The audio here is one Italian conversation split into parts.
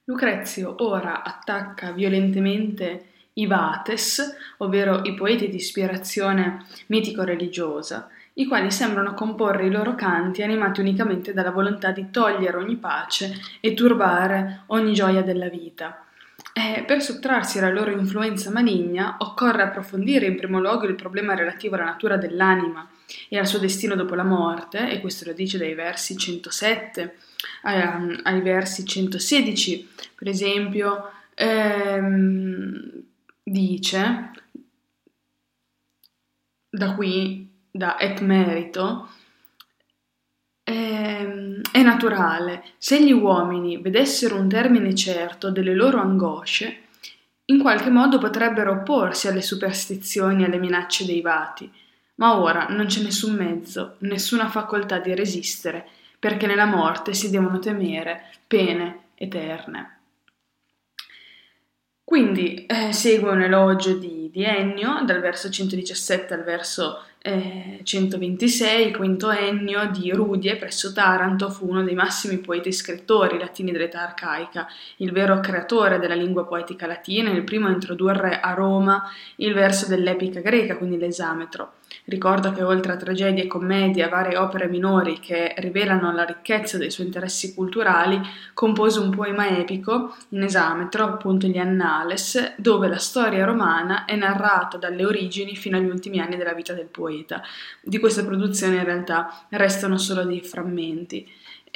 Lucrezio ora attacca violentemente i Vates, ovvero i poeti di ispirazione mitico-religiosa, i quali sembrano comporre i loro canti animati unicamente dalla volontà di togliere ogni pace e turbare ogni gioia della vita. Per sottrarsi alla loro influenza maligna occorre approfondire in primo luogo il problema relativo alla natura dell'anima e al suo destino dopo la morte, e questo lo dice dai versi 107 ai versi 116, per esempio, dice, da qui, da et merito, è naturale, se gli uomini vedessero un termine certo delle loro angosce, in qualche modo potrebbero opporsi alle superstizioni e alle minacce dei vati, ma ora non c'è nessun mezzo, nessuna facoltà di resistere, perché nella morte si devono temere pene eterne. Quindi segue un elogio di Ennio, dal verso 117 al verso 126, il quinto Ennio di Rudie presso Taranto fu uno dei massimi poeti e scrittori latini dell'età arcaica, il vero creatore della lingua poetica latina, il primo a introdurre a Roma il verso dell'epica greca, quindi l'esametro. Ricordo che oltre a tragedie e commedie e varie opere minori che rivelano la ricchezza dei suoi interessi culturali, compose un poema epico in esametro, appunto gli Annales, dove la storia romana è narrata dalle origini fino agli ultimi anni della vita del poeta. Di questa produzione in realtà restano solo dei frammenti.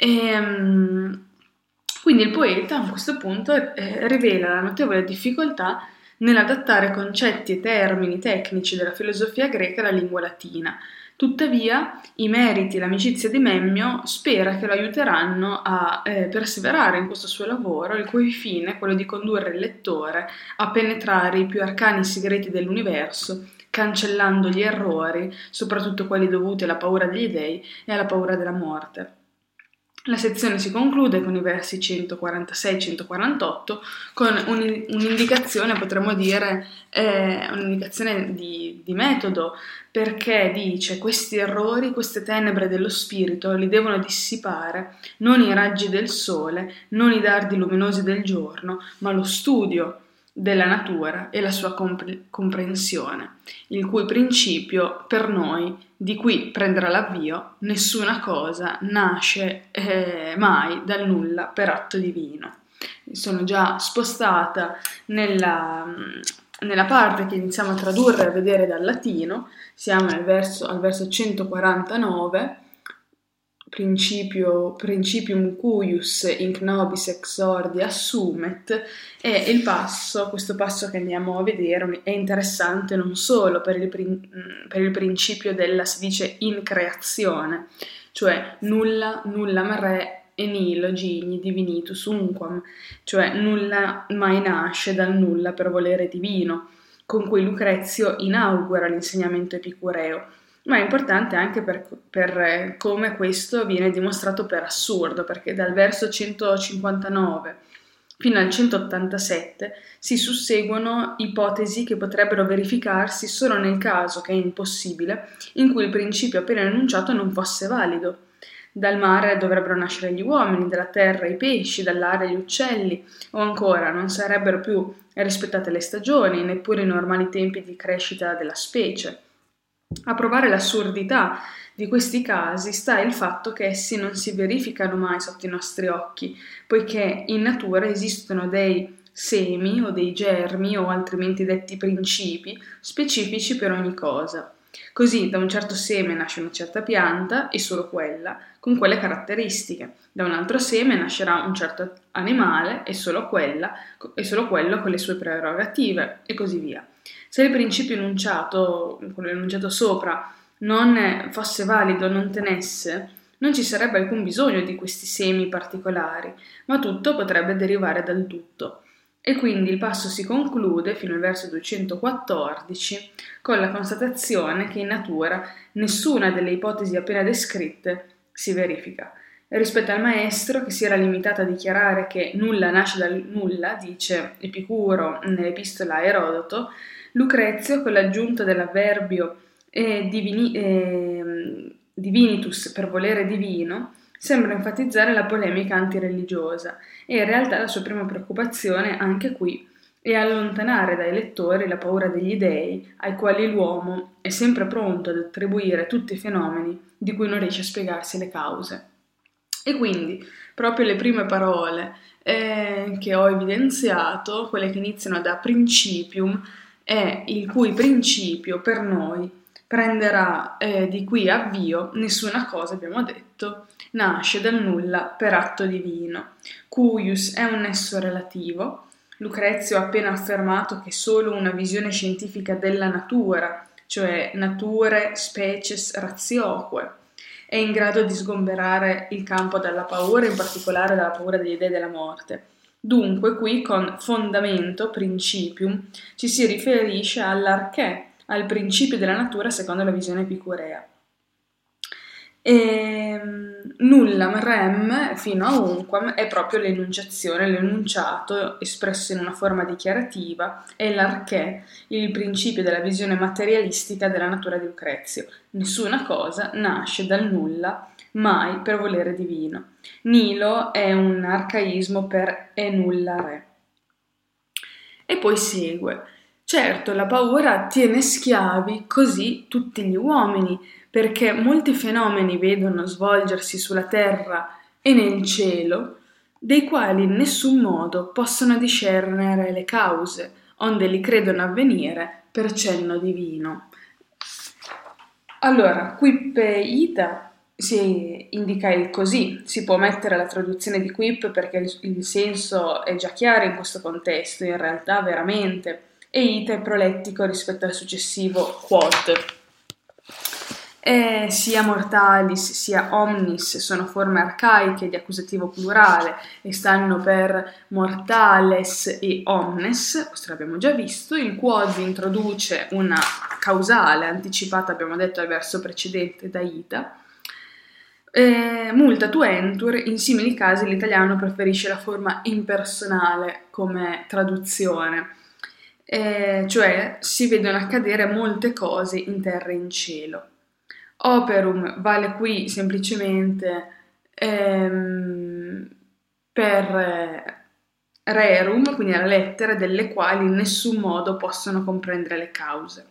Quindi il poeta a questo punto rivela la notevole difficoltà nell'adattare concetti e termini tecnici della filosofia greca alla lingua latina. Tuttavia, i meriti e l'amicizia di Memmio spera che lo aiuteranno a perseverare in questo suo lavoro, il cui fine è quello di condurre il lettore a penetrare i più arcani segreti dell'universo, cancellando gli errori, soprattutto quelli dovuti alla paura degli dei e alla paura della morte. La sezione si conclude con i versi 146-148 con un'indicazione, potremmo dire, un'indicazione di metodo, perché dice: questi errori, queste tenebre dello spirito li devono dissipare non i raggi del sole, non i dardi luminosi del giorno, ma lo studio della natura e la sua comprensione, il cui principio per noi di qui prenderà l'avvio: nessuna cosa nasce mai dal nulla per atto divino. Mi sono già spostata nella parte che iniziamo a tradurre e a vedere dal latino, siamo al verso 149, principium cuius inc nobis exordia assumet, e questo passo che andiamo a vedere è interessante non solo per il principio della, si dice, increazione, cioè nulla re e nihilo gigni divinitus unquam, cioè nulla mai nasce dal nulla per volere divino, con cui Lucrezio inaugura l'insegnamento epicureo. Ma è importante anche per come questo viene dimostrato per assurdo, perché dal verso 159 fino al 187 si susseguono ipotesi che potrebbero verificarsi solo nel caso, che è impossibile, in cui il principio appena enunciato non fosse valido. Dal mare dovrebbero nascere gli uomini, dalla terra i pesci, dall'aria gli uccelli, o ancora non sarebbero più rispettate le stagioni, neppure i normali tempi di crescita della specie. A provare l'assurdità di questi casi sta il fatto che essi non si verificano mai sotto i nostri occhi, poiché in natura esistono dei semi o dei germi, o altrimenti detti principi, specifici per ogni cosa. Così da un certo seme nasce una certa pianta, e solo quella, con quelle caratteristiche. Da un altro seme nascerà un certo animale, e solo quello con le sue prerogative, e così via. Se il principio enunciato, quello enunciato sopra, non fosse valido, non tenesse, non ci sarebbe alcun bisogno di questi semi particolari, ma tutto potrebbe derivare dal tutto. E quindi il passo si conclude, fino al verso 214, con la constatazione che in natura nessuna delle ipotesi appena descritte si verifica. Rispetto al maestro, che si era limitato a dichiarare che nulla nasce dal nulla, dice Epicuro nell'epistola a Erodoto, Lucrezio, con l'aggiunta dell'avverbio divinitus per volere divino, sembra enfatizzare la polemica antireligiosa e in realtà la sua prima preoccupazione anche qui è allontanare dai lettori la paura degli dei ai quali l'uomo è sempre pronto ad attribuire tutti i fenomeni di cui non riesce a spiegarsi le cause. E quindi proprio le prime parole che ho evidenziato, quelle che iniziano da principium, è il cui principio per noi prenderà di qui a avvio, nessuna cosa abbiamo detto, nasce dal nulla per atto divino. Cuius è un nesso relativo. Lucrezio ha appena affermato che solo una visione scientifica della natura, cioè nature species ratioque, è in grado di sgomberare il campo dalla paura, in particolare dalla paura degli dei della morte. Dunque, qui con fondamento, principium, ci si riferisce all'archè, al principio della natura secondo la visione epicurea. E nullam rem fino a unquam è proprio l'enunciazione, l'enunciato espresso in una forma dichiarativa, è l'archè, il principio della visione materialistica della natura di Lucrezio. Nessuna cosa nasce dal nulla, mai per volere divino. Nilo è un arcaismo per enullare. E poi segue. Certo, la paura tiene schiavi così tutti gli uomini, perché molti fenomeni vedono svolgersi sulla terra e nel cielo, dei quali in nessun modo possono discernere le cause, onde li credono avvenire per cenno divino. Allora, quip ita si indica il così, si può mettere la traduzione di quip perché il senso è già chiaro in questo contesto, in realtà veramente, e ita è prolettico rispetto al successivo quod. Sia mortalis sia omnis sono forme arcaiche di accusativo plurale e stanno per mortales e omnes, questo l'abbiamo già visto. Il quod introduce una causale anticipata, abbiamo detto, al verso precedente da ita. Multa tuentur, in simili casi l'italiano preferisce la forma impersonale come traduzione, cioè si vedono accadere molte cose in terra e in cielo. Operum vale qui semplicemente per rerum, quindi la lettera, delle quali in nessun modo possono comprendere le cause.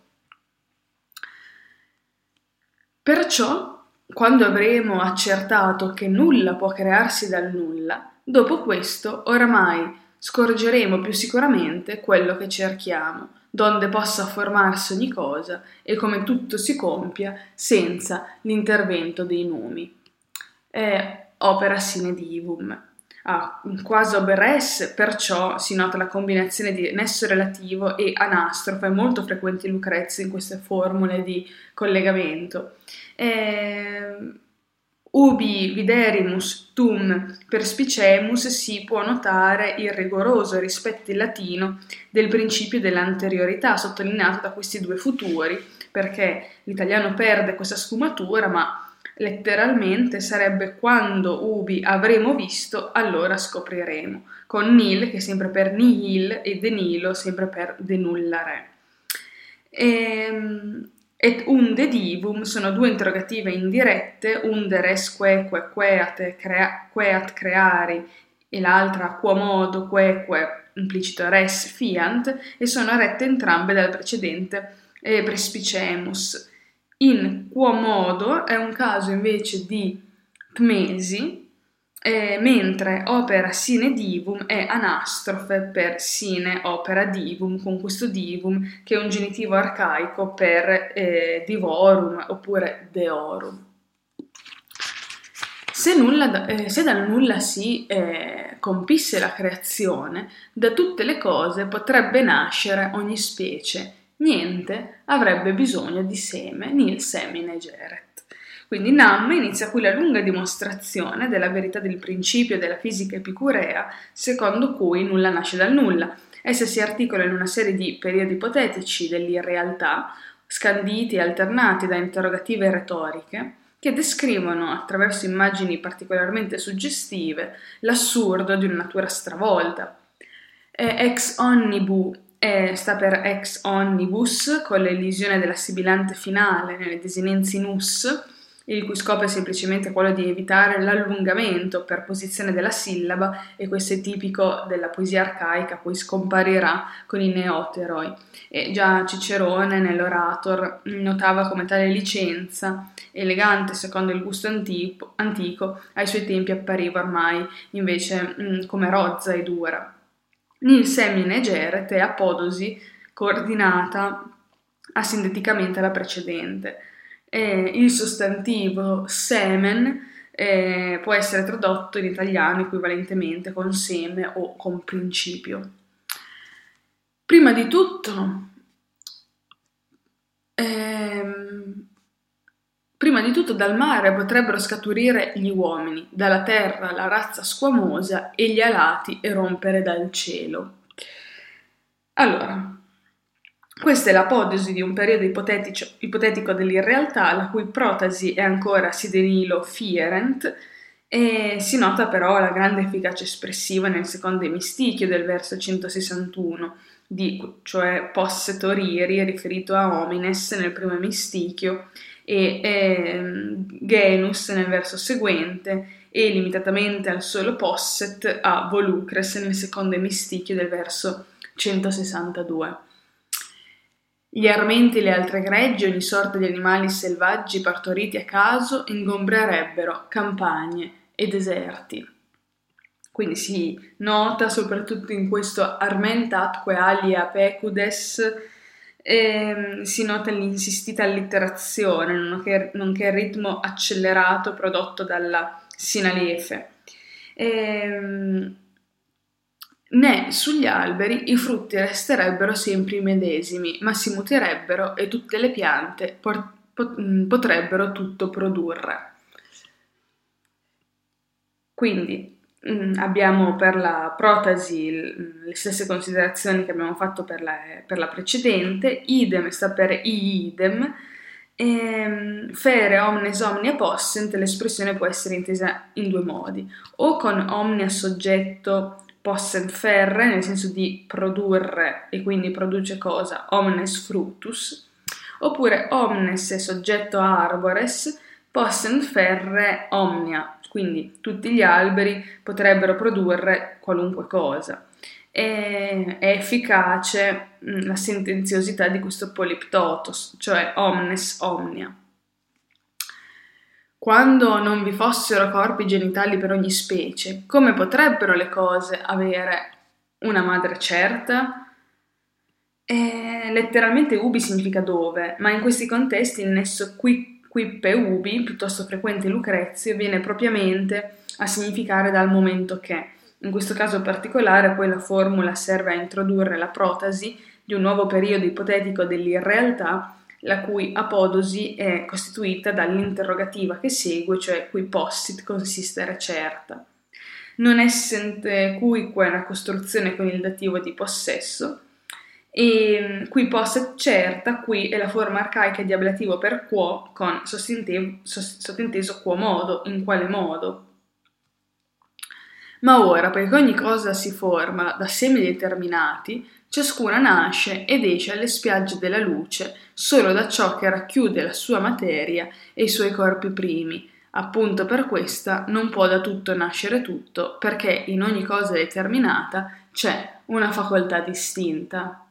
Perciò, quando avremo accertato che nulla può crearsi dal nulla, dopo questo oramai scorgeremo più sicuramente quello che cerchiamo, donde possa formarsi ogni cosa e come tutto si compia senza l'intervento dei numi. È opera sine divum. Quasi oberes, perciò si nota la combinazione di nesso relativo e anastrofe, molto frequenti in Lucrezio in queste formule di collegamento. Ubi viderimus tum perspicemus si può notare il rigoroso rispetto in latino del principio dell'anteriorità sottolineato da questi due futuri, perché l'italiano perde questa sfumatura, ma letteralmente sarebbe quando ubi avremo visto, allora scopriremo, con nil che è sempre per nihil e denilo sempre per denullare. Et unde divum sono due interrogative indirette, unde res queque queat creari e l'altra quo modo queque implicito res fiant, e sono rette entrambe dal precedente prespicemus. In quo modo è un caso invece di tmesi, mentre opera sine divum è anastrofe per sine opera divum, con questo divum che è un genitivo arcaico per divorum oppure deorum. Se dal nulla si compisse la creazione, da tutte le cose potrebbe nascere ogni specie, niente avrebbe bisogno di seme, nil semine geret. Quindi Nam inizia qui la lunga dimostrazione della verità del principio della fisica epicurea, secondo cui nulla nasce dal nulla. Essa si articola in una serie di periodi ipotetici dell'irrealtà, scanditi e alternati da interrogative retoriche, che descrivono, attraverso immagini particolarmente suggestive, l'assurdo di una natura stravolta. Ex onnibu sta per ex omnibus, con l'elisione della sibilante finale nelle desinenze nus, il cui scopo è semplicemente quello di evitare l'allungamento per posizione della sillaba, e questo è tipico della poesia arcaica, poi scomparirà con i neoteroi. E già Cicerone nell'Orator notava come tale licenza, elegante secondo il gusto antico, ai suoi tempi appariva ormai invece come rozza e dura. Nil semine gerete è apodosi coordinata asinteticamente alla precedente. Il sostantivo semen può essere tradotto in italiano equivalentemente con seme o con principio. Prima di tutto, dal mare potrebbero scaturire gli uomini, dalla terra la razza squamosa e gli alati erompere dal cielo. Allora, questa è l'apodesi di un periodo ipotetico dell'irrealtà, la cui protasi è ancora sidenilo fierent, e si nota però la grande efficacia espressiva nel secondo emistichio del verso 161, cioè possetor iri, riferito a homines nel primo emistichio, e genus nel verso seguente, e limitatamente al solo posset a volucres nel secondo emistichio del verso 162. Gli armenti e le altre greggi, ogni sorta di animali selvaggi partoriti a caso, ingombrerebbero campagne e deserti. Quindi si nota soprattutto in questo armentatque alia pecudes, si nota l'insistita allitterazione, nonché il ritmo accelerato prodotto dalla sinalefe. Né sugli alberi i frutti resterebbero sempre i medesimi, ma si muterebbero e tutte le piante potrebbero tutto produrre. Quindi abbiamo per la protasi le stesse considerazioni che abbiamo fatto per la precedente. Idem sta per idem. Fere omnes omnia possent, l'espressione può essere intesa in due modi: o con omnia soggetto possent ferre, nel senso di produrre, e quindi produce cosa? Omnes fructus, oppure omnes è soggetto a arbores possent ferre omnia, quindi tutti gli alberi potrebbero produrre qualunque cosa. È efficace la sentenziosità di questo poliptotos, cioè omnes omnia. Quando non vi fossero corpi genitali per ogni specie, come potrebbero le cose avere una madre certa? Letteralmente ubi significa dove, ma in questi contesti il nesso quippe ubi, piuttosto frequente in Lucrezio, viene propriamente a significare dal momento che. In questo caso particolare poi la formula serve a introdurre la protasi di un nuovo periodo ipotetico dell'irrealtà, la cui apodosi è costituita dall'interrogativa che segue, cioè qui possit consistere certa. Non essent cuique una costruzione con il dativo di possesso, e qui posset certa, qui è la forma arcaica di ablativo per quo con sottinteso quo modo, in quale modo. Ma ora, poiché ogni cosa si forma da semi determinati, ciascuna nasce ed esce alle spiagge della luce solo da ciò che racchiude la sua materia e i suoi corpi primi. Appunto per questa non può da tutto nascere tutto, perché in ogni cosa determinata c'è una facoltà distinta.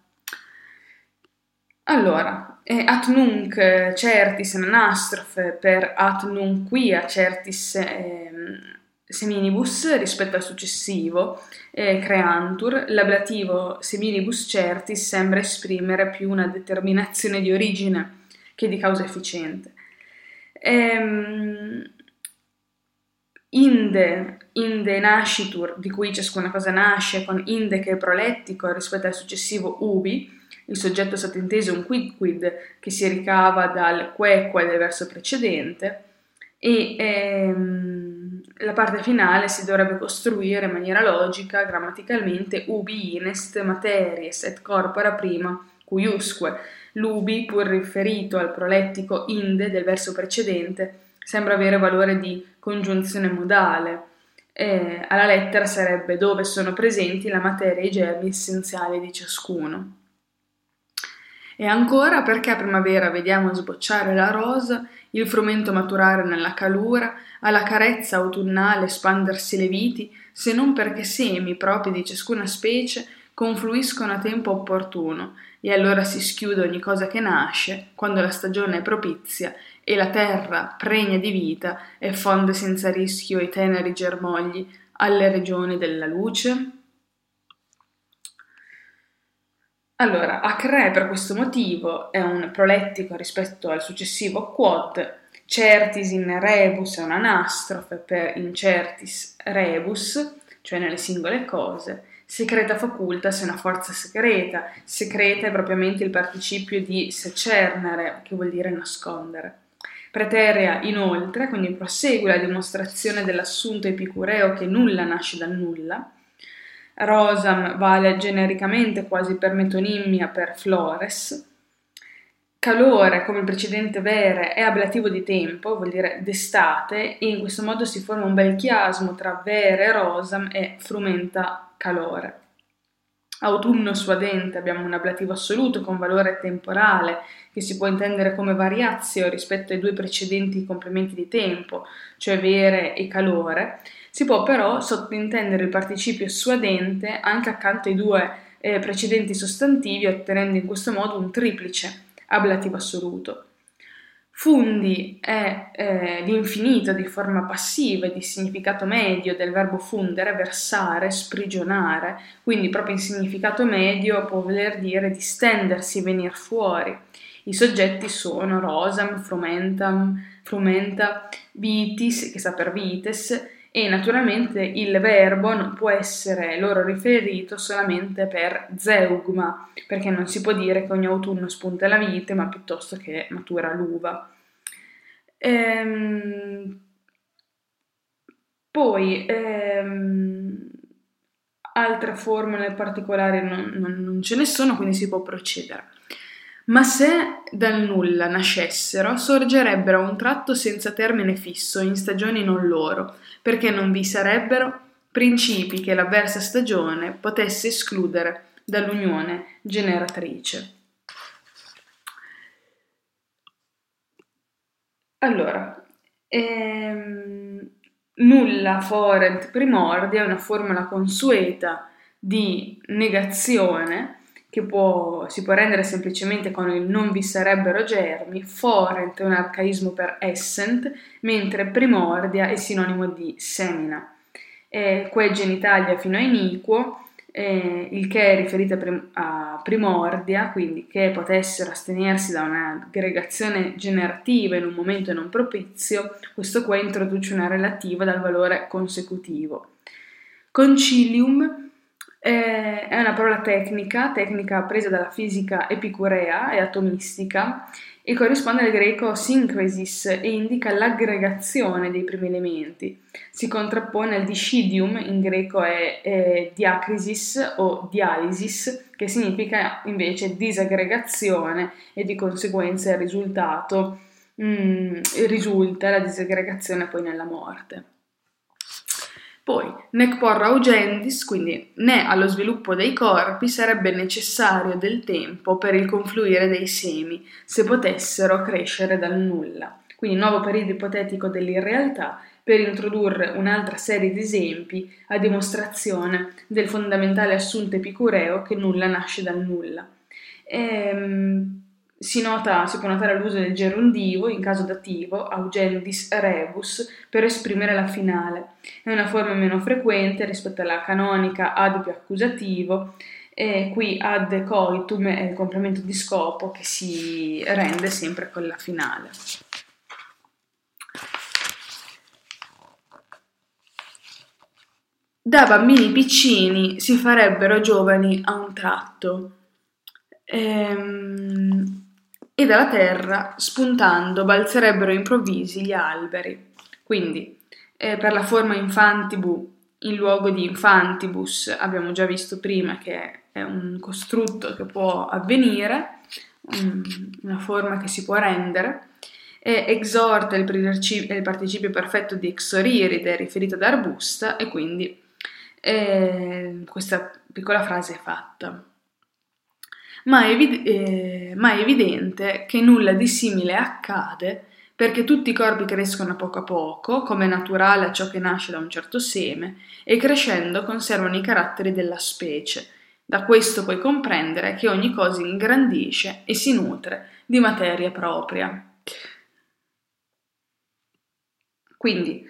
Allora, at nunc certis anastrofe per at nunc quia certis seminibus rispetto al successivo creantur, l'ablativo seminibus certis sembra esprimere più una determinazione di origine che di causa efficiente. Inde nascitur, di cui ciascuna cosa nasce, con inde che è prolettico rispetto al successivo ubi, il soggetto sottinteso un quid che si ricava dal queque del verso precedente, e la parte finale si dovrebbe costruire in maniera logica, grammaticalmente, ubi inest materies et corpora prima cuiusque. L'ubi, pur riferito al prolettico inde del verso precedente, sembra avere valore di congiunzione modale. Alla lettera sarebbe dove sono presenti la materia e i germi essenziali di ciascuno. E ancora, perché a primavera vediamo sbocciare la rosa, il frumento maturare nella calura, alla carezza autunnale spandersi le viti, se non perché semi propri di ciascuna specie confluiscono a tempo opportuno, e allora si schiude ogni cosa che nasce, quando la stagione è propizia e la terra, pregna di vita, effonde senza rischio i teneri germogli alle regioni della luce? Allora, Acre per questo motivo è un prolettico rispetto al successivo quod, certis in rebus è un'anastrofe per incertis rebus, cioè nelle singole cose, secreta facultas è una forza segreta, secreta è propriamente il participio di secernere, che vuol dire nascondere. Preterea inoltre, quindi prosegue la dimostrazione dell'assunto epicureo che nulla nasce dal nulla. Rosam vale genericamente quasi per metonimia per flores. Calore, come il precedente vere, è ablativo di tempo, vuol dire d'estate, e in questo modo si forma un bel chiasmo tra vere rosam e frumenta calore. Autunno suadente abbiamo un ablativo assoluto con valore temporale che si può intendere come variazio rispetto ai due precedenti complementi di tempo, cioè vere e calore. Si può però sottintendere il participio suadente anche accanto ai due precedenti sostantivi, ottenendo in questo modo un triplice ablativo assoluto. Fundi è l'infinito di forma passiva e di significato medio del verbo fundere, versare, sprigionare, quindi proprio in significato medio può voler dire distendersi, venire fuori. I soggetti sono rosam, frumentam, frumenta, vitis, che sta per vites, e naturalmente il verbo non può essere loro riferito solamente per zeugma, perché non si può dire che ogni autunno spunta la vite, ma piuttosto che matura l'uva. Poi altre formule particolari non ce ne sono, quindi si può procedere. Ma se dal nulla nascessero, sorgerebbero a un tratto senza termine fisso, in stagioni non loro, perché non vi sarebbero principi che l'avversa stagione potesse escludere dall'unione generatrice. Allora, nulla forent primordia è una formula consueta di negazione che si può rendere semplicemente con il non vi sarebbero germi. Forent è un arcaismo per essent, mentre primordia è sinonimo di semina. Quae genitalia fino a iniquo, il che è riferito a primordia, quindi che potessero astenersi da un'aggregazione generativa in un momento non propizio, questo qua introduce una relativa dal valore consecutivo. Concilium è una parola tecnica presa dalla fisica epicurea e atomistica e corrisponde al greco synkresis e indica l'aggregazione dei primi elementi. Si contrappone al discidium, in greco è diacrisis o dialisis, che significa invece disaggregazione e di conseguenza il risultato risulta la disaggregazione poi nella morte. Poi, nec porra augendis, quindi né allo sviluppo dei corpi sarebbe necessario del tempo per il confluire dei semi, se potessero crescere dal nulla. Quindi nuovo periodo ipotetico dell'irrealtà per introdurre un'altra serie di esempi a dimostrazione del fondamentale assunto epicureo che nulla nasce dal nulla. Si può notare l'uso del gerundivo in caso dativo, augendis rebus, per esprimere la finale. È una forma meno frequente rispetto alla canonica ad più accusativo, e qui ad coitum è il complemento di scopo che si rende sempre con la finale. Da bambini piccini si farebbero giovani a un tratto. E dalla terra, spuntando, balzerebbero improvvisi gli alberi. Quindi, per la forma infantibu, in luogo di infantibus, abbiamo già visto prima che è un costrutto che può avvenire, una forma che si può rendere. Exhorta il participio perfetto di exoriride, riferito ad arbusta, e quindi questa piccola frase è fatta. Ma è evidente che nulla di simile accade perché tutti i corpi crescono a poco, come è naturale a ciò che nasce da un certo seme, e crescendo conservano i caratteri della specie. Da questo puoi comprendere che ogni cosa ingrandisce e si nutre di materia propria. Quindi,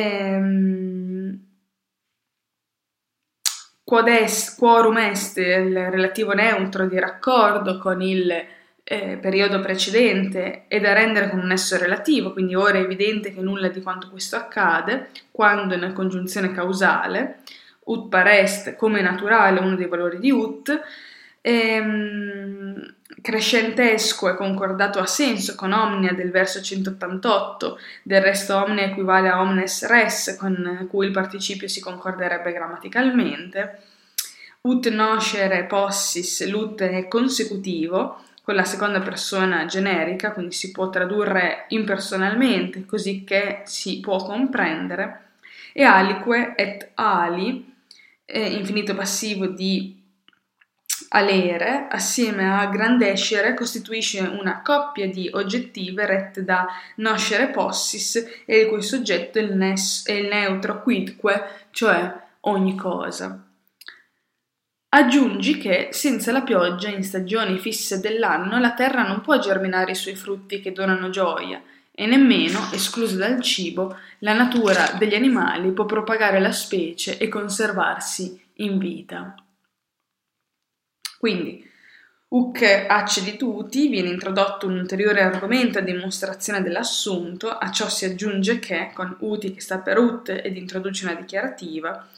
quorum est, il relativo neutro di raccordo con il periodo precedente è da rendere con un nesso relativo, quindi ora è evidente che nulla di quanto questo accade quando nella congiunzione causale ut parest come naturale uno dei valori di ut, crescentesco è concordato a senso con omnia del verso 188, del resto omnia equivale a omnes res, con cui il participio si concorderebbe grammaticalmente. Ut noscere possis, l'ut è consecutivo, con la seconda persona generica, quindi si può tradurre impersonalmente, così che si può comprendere. E alique et ali, infinito passivo di alere, assieme a grandescere, costituisce una coppia di oggettive rette da noscere possis e il cui soggetto è il neutro quidque, cioè ogni cosa. Aggiungi che, senza la pioggia, in stagioni fisse dell'anno, la terra non può germinare i suoi frutti che donano gioia, e nemmeno, esclusa dal cibo, la natura degli animali può propagare la specie e conservarsi in vita. Quindi, uc accedituti viene introdotto un ulteriore argomento a dimostrazione dell'assunto, a ciò si aggiunge che, con uti che sta per ut ed introduce una dichiarativa,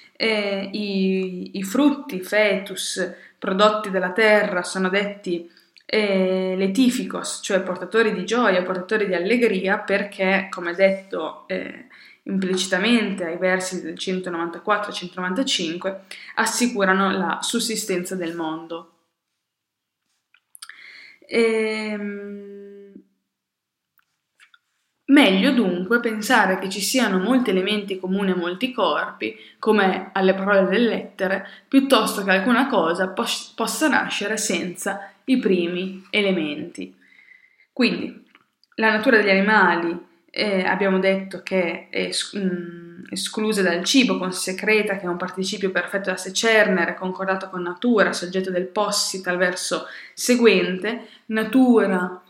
i frutti, fetus, prodotti dalla terra sono detti letificos, cioè portatori di gioia, portatori di allegria, perché, come detto implicitamente ai versi del 194 e 195, assicurano la sussistenza del mondo. Meglio dunque pensare che ci siano molti elementi comuni a molti corpi, come alle parole delle lettere, piuttosto che alcuna cosa possa nascere senza i primi elementi. Quindi, la natura degli animali abbiamo detto che è esclusa dal cibo, con secreta, che è un participio perfetto da secernere, concordato con natura, soggetto del possit al verso seguente, natura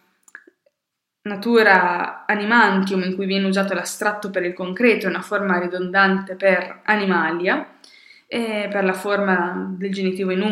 animantium, in cui viene usato l'astratto per il concreto, è una forma ridondante per animalia, per la forma del genitivo in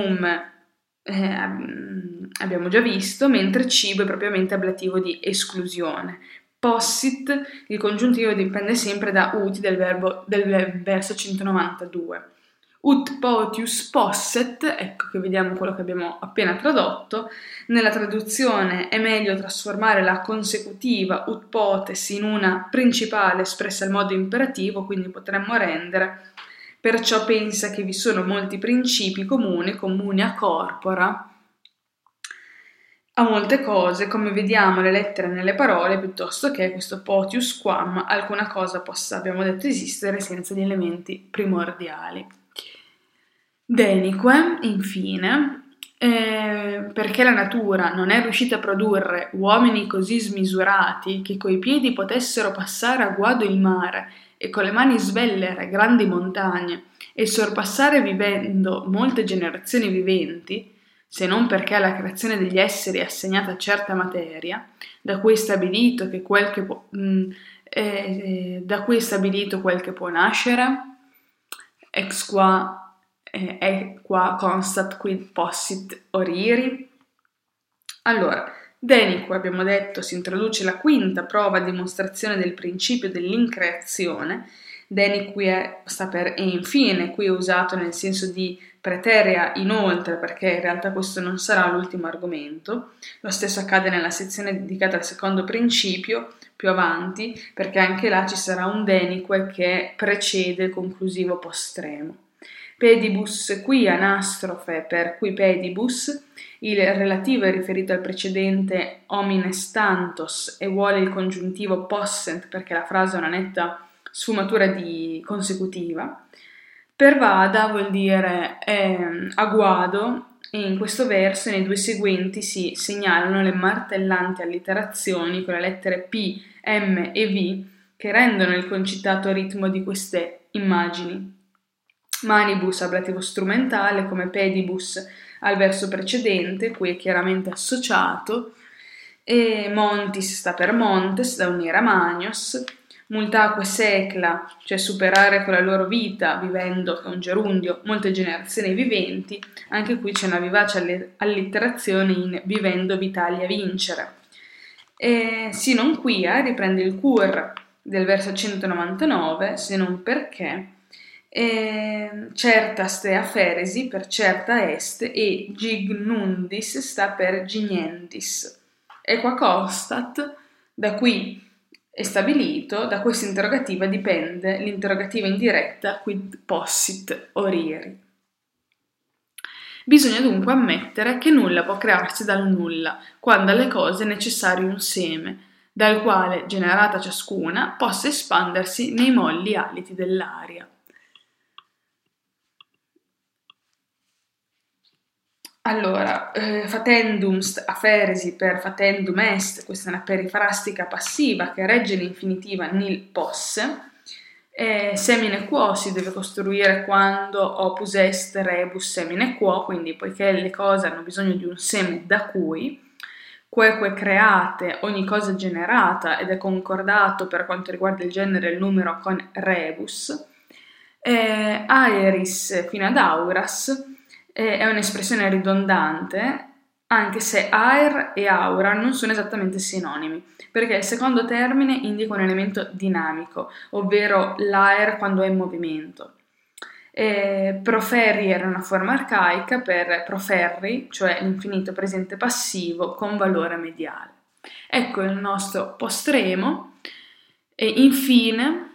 abbiamo già visto, mentre cibo è propriamente ablativo di esclusione. Possit, il congiuntivo dipende sempre da uti del verso 192. Ut potius posset, ecco che vediamo quello che abbiamo appena tradotto. Nella traduzione è meglio trasformare la consecutiva ut potes in una principale espressa al modo imperativo, quindi potremmo rendere: perciò pensa che vi sono molti principi comuni a corpora, a molte cose, come vediamo le lettere nelle parole, piuttosto che questo potius quam alcuna cosa possa, abbiamo detto, esistere senza gli elementi primordiali. Denique, infine, perché la natura non è riuscita a produrre uomini così smisurati che coi piedi potessero passare a guado il mare e con le mani svellere grandi montagne e sorpassare vivendo molte generazioni viventi, se non perché alla creazione degli esseri è assegnata certa materia, da cui è stabilito quel che può nascere, ex qua constat quid possit oriri. Allora, denique, abbiamo detto, si introduce la quinta prova a dimostrazione del principio dell'increazione. Denique sta per e infine, qui è usato nel senso di preterea inoltre, perché in realtà questo non sarà l'ultimo argomento. Lo stesso accade nella sezione dedicata al secondo principio, più avanti, perché anche là ci sarà un denique che precede il conclusivo postremo. Pedibus qui anastrofe per qui pedibus, il relativo è riferito al precedente homines tantos e vuole il congiuntivo possent perché la frase ha una netta sfumatura di consecutiva. Pervada vuol dire agguado, e in questo verso e nei due seguenti si segnalano le martellanti allitterazioni con le lettere P, M e V che rendono il concitato ritmo di queste immagini. Manibus ablativo strumentale come pedibus al verso precedente, qui è chiaramente associato, e montis sta per montes, da unire a manios, multaque secla, cioè superare con la loro vita, vivendo, che è un gerundio, molte generazioni viventi, anche qui c'è una vivace allitterazione in vivendo vitalia vincere. E si non quia riprende il cur del verso 199, se non perché, certa stea feresi per certa est e gignundis sta per gignendis. E qua constat, da qui è stabilito, da questa interrogativa dipende l'interrogativa indiretta quid possit oriri. Bisogna dunque ammettere che nulla può crearsi dal nulla, quando alle cose è necessario un seme, dal quale, generata ciascuna, possa espandersi nei molli aliti dell'aria. Allora, fatendum aferesi per fatendum est, questa è una perifrastica passiva che regge l'infinitiva nil posse. Semine quo si deve costruire quando opus est rebus semine quo, quindi poiché le cose hanno bisogno di un seme da cui, quoque create, ogni cosa generata ed è concordato per quanto riguarda il genere e il numero con rebus, aeris fino ad auras, è un'espressione ridondante, anche se aer e aura non sono esattamente sinonimi, perché il secondo termine indica un elemento dinamico, ovvero l'aer quando è in movimento. Proferri era una forma arcaica per proferri, cioè l'infinito presente passivo con valore mediale. Ecco il nostro postremo e infine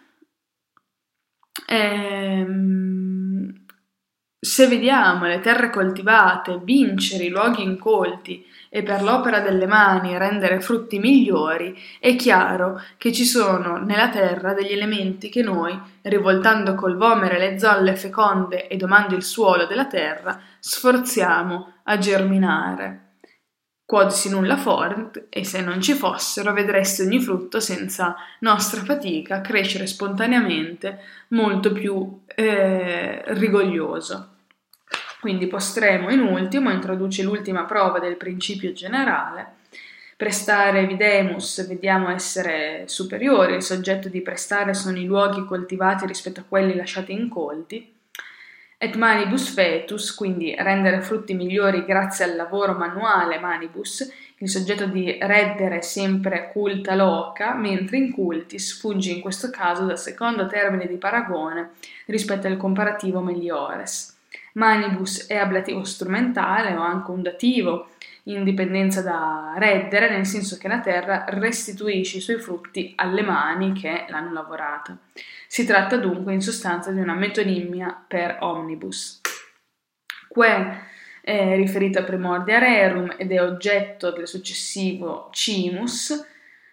se vediamo le terre coltivate vincere i luoghi incolti e per l'opera delle mani rendere frutti migliori, è chiaro che ci sono nella terra degli elementi che noi, rivoltando col vomere le zolle feconde e domando il suolo della terra, sforziamo a germinare. Quod si nulla fort, e se non ci fossero vedreste ogni frutto senza nostra fatica crescere spontaneamente molto più rigoglioso. Quindi postremo in ultimo introduce l'ultima prova del principio generale. Prestare videmus vediamo essere superiore, il soggetto di prestare sono i luoghi coltivati rispetto a quelli lasciati incolti. Et manibus fetus, quindi rendere frutti migliori grazie al lavoro manuale manibus, il soggetto di reddere sempre culta loca, mentre in cultis funge in questo caso da secondo termine di paragone rispetto al comparativo meliores. Manibus è ablativo strumentale o anche un dativo in dipendenza da reddere, nel senso che la terra restituisce i suoi frutti alle mani che l'hanno lavorata. Si tratta dunque in sostanza di una metonimia per omnibus. Que è riferito a primordia rerum ed è oggetto del successivo cimus.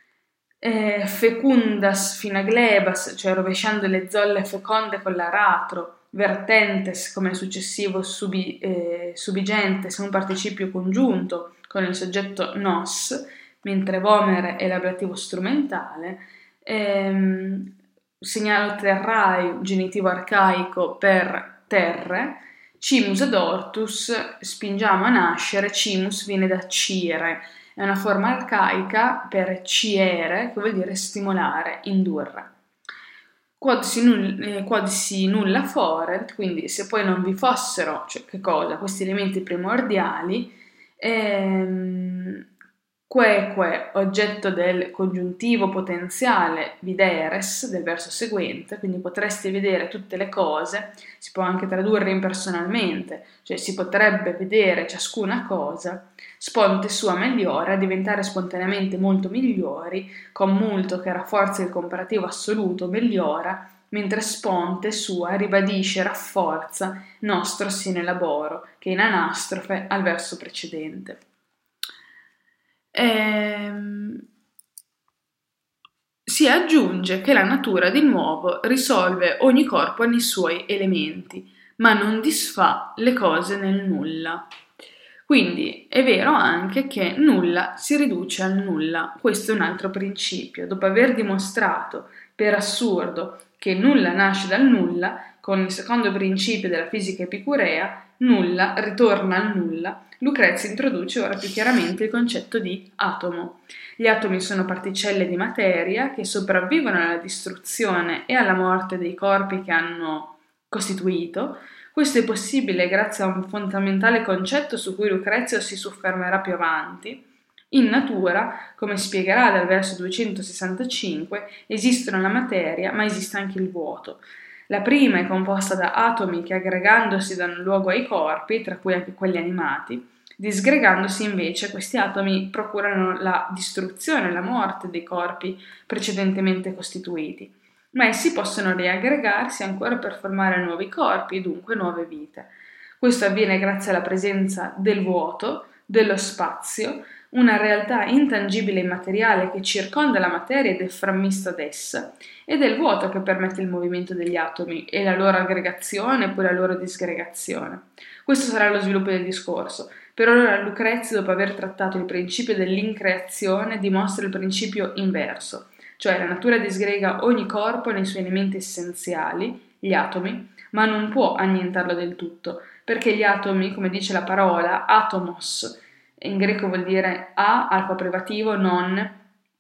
Fecundas fina glebas, cioè rovesciando le zolle feconde con l'aratro, vertentes come successivo subigentes, un participio congiunto con il soggetto nos, mentre vomere è l'ablativo strumentale. Segnalo terrai, genitivo arcaico per terre, cimus ad ortus, spingiamo a nascere, cimus viene da cire, è una forma arcaica per ciere, che vuol dire stimolare, indurre. Quod si nulla forent, quindi se poi non vi fossero, cioè che cosa? Questi elementi primordiali, queque, oggetto del congiuntivo potenziale videres, del verso seguente, quindi potresti vedere tutte le cose, si può anche tradurre impersonalmente, cioè si potrebbe vedere ciascuna cosa, sponte sua migliore a diventare spontaneamente molto migliori, con multo che rafforza il comparativo assoluto migliora, mentre sponte sua ribadisce e rafforza nostro sine laboro, che in anastrofe al verso precedente. Si aggiunge che la natura di nuovo risolve ogni corpo nei suoi elementi, ma non disfà le cose nel nulla. Quindi è vero anche che nulla si riduce al nulla. Questo è un altro principio. Dopo aver dimostrato per assurdo che nulla nasce dal nulla, con il secondo principio della fisica epicurea, nulla ritorna al nulla, Lucrezia introduce ora più chiaramente il concetto di atomo. Gli atomi sono particelle di materia che sopravvivono alla distruzione e alla morte dei corpi che hanno costituito. Questo è possibile grazie a un fondamentale concetto su cui Lucrezio si soffermerà più avanti. In natura, come spiegherà dal verso 265, esistono la materia, ma esiste anche il vuoto. La prima è composta da atomi che aggregandosi danno luogo ai corpi, tra cui anche quelli animati. Disgregandosi invece, questi atomi procurano la distruzione, la morte dei corpi precedentemente costituiti. Ma essi possono riaggregarsi ancora per formare nuovi corpi, dunque nuove vite. Questo avviene grazie alla presenza del vuoto, dello spazio, una realtà intangibile e immateriale che circonda la materia ed è frammista ad essa, e del vuoto che permette il movimento degli atomi e la loro aggregazione e poi la loro disgregazione. Questo sarà lo sviluppo del discorso. Per ora Lucrezio, dopo aver trattato il principio dell'increazione, dimostra il principio inverso, cioè la natura disgrega ogni corpo nei suoi elementi essenziali, gli atomi, ma non può annientarlo del tutto, perché gli atomi, come dice la parola, atomos, in greco vuol dire a, alfa privativo, non,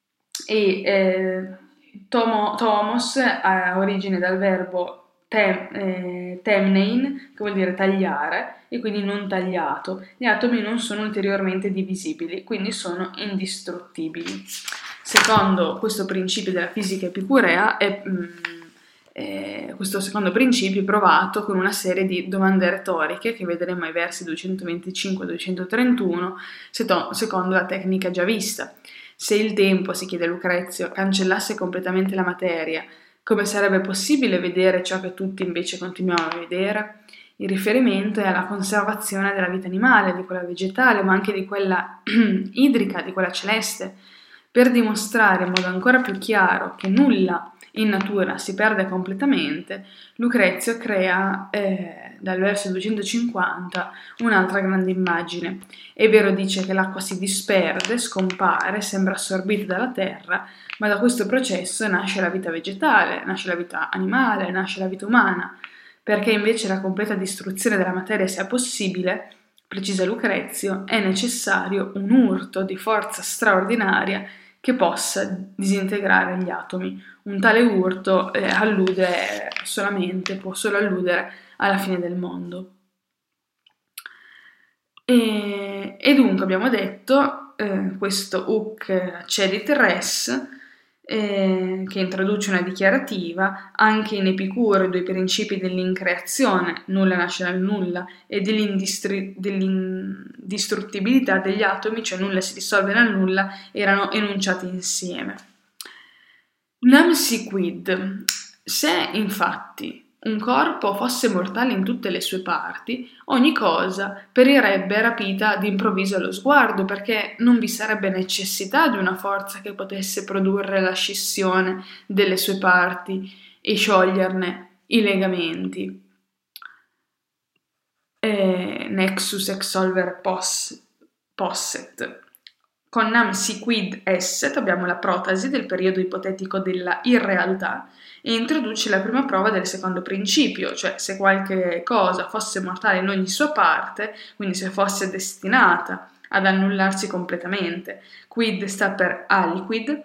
e tomos ha origine dal verbo temnein, che vuol dire tagliare, e quindi non tagliato. Gli atomi non sono ulteriormente divisibili, quindi sono indistruttibili. Secondo questo principio della fisica epicurea, questo secondo principio è provato con una serie di domande retoriche che vedremo ai versi 225-231, secondo la tecnica già vista. Se il tempo, si chiede Lucrezio, cancellasse completamente la materia, come sarebbe possibile vedere ciò che tutti invece continuiamo a vedere? Il riferimento è alla conservazione della vita animale, di quella vegetale, ma anche di quella idrica, di quella celeste, per dimostrare in modo ancora più chiaro che nulla in natura si perde completamente. Lucrezio crea dal verso 250 un'altra grande immagine. È vero, dice che l'acqua si disperde, scompare, sembra assorbita dalla terra, ma da questo processo nasce la vita vegetale, nasce la vita animale, nasce la vita umana. Perché invece la completa distruzione della materia sia possibile, precisa Lucrezio, è necessario un urto di forza straordinaria che possa disintegrare gli atomi. Un tale urto può solo alludere alla fine del mondo. E dunque abbiamo detto questo Huc cedit res, che introduce una dichiarativa. Anche in Epicuro i due principi dell'increazione, nulla nasce dal nulla, e dell'indistruttibilità degli atomi, cioè nulla si dissolve dal nulla, erano enunciati insieme. Nam si quid. Se infatti un corpo fosse mortale in tutte le sue parti, ogni cosa perirebbe rapita d'improvviso allo sguardo, perché non vi sarebbe necessità di una forza che potesse produrre la scissione delle sue parti e scioglierne i legamenti. Nexus ex solver posset. Con nam si quid esset abbiamo la protasi del periodo ipotetico della irrealtà e introduce la prima prova del secondo principio, cioè se qualche cosa fosse mortale in ogni sua parte, quindi se fosse destinata ad annullarsi completamente. Quid sta per aliquid,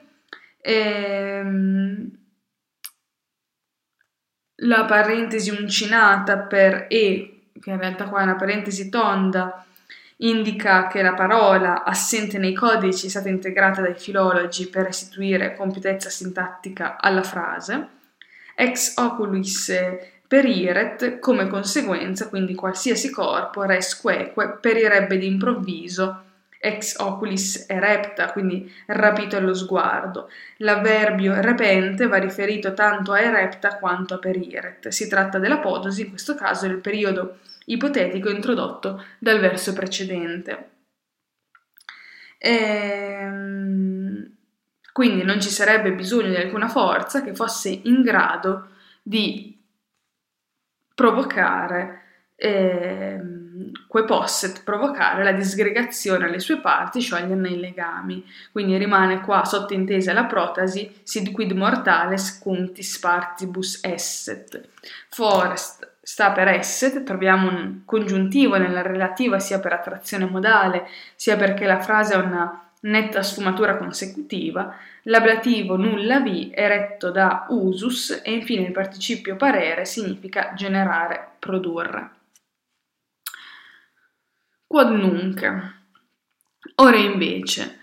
la parentesi uncinata per e, che in realtà qua è una parentesi tonda, indica che la parola assente nei codici è stata integrata dai filologi per restituire compiutezza sintattica alla frase. Ex oculis periret, come conseguenza, quindi qualsiasi corpo, res queque, perirebbe d'improvviso, ex oculis erepta, quindi rapito allo sguardo. L'avverbio repente va riferito tanto a erepta quanto a periret. Si tratta dell'apodosi, in questo caso del periodo ipotetico introdotto dal verso precedente. Quindi non ci sarebbe bisogno di alcuna forza che fosse in grado di provocare que posset provocare la disgregazione alle sue parti, scioglierne i legami. Quindi rimane qua sottintesa la protasi, sid quid mortales cunctis partibus esset. Forest sta per esset, troviamo un congiuntivo nella relativa sia per attrazione modale, sia perché la frase ha una netta sfumatura consecutiva. L'ablativo nulla vi è retto da usus e infine il participio parere significa generare, produrre. Quod nunc. Ora invece,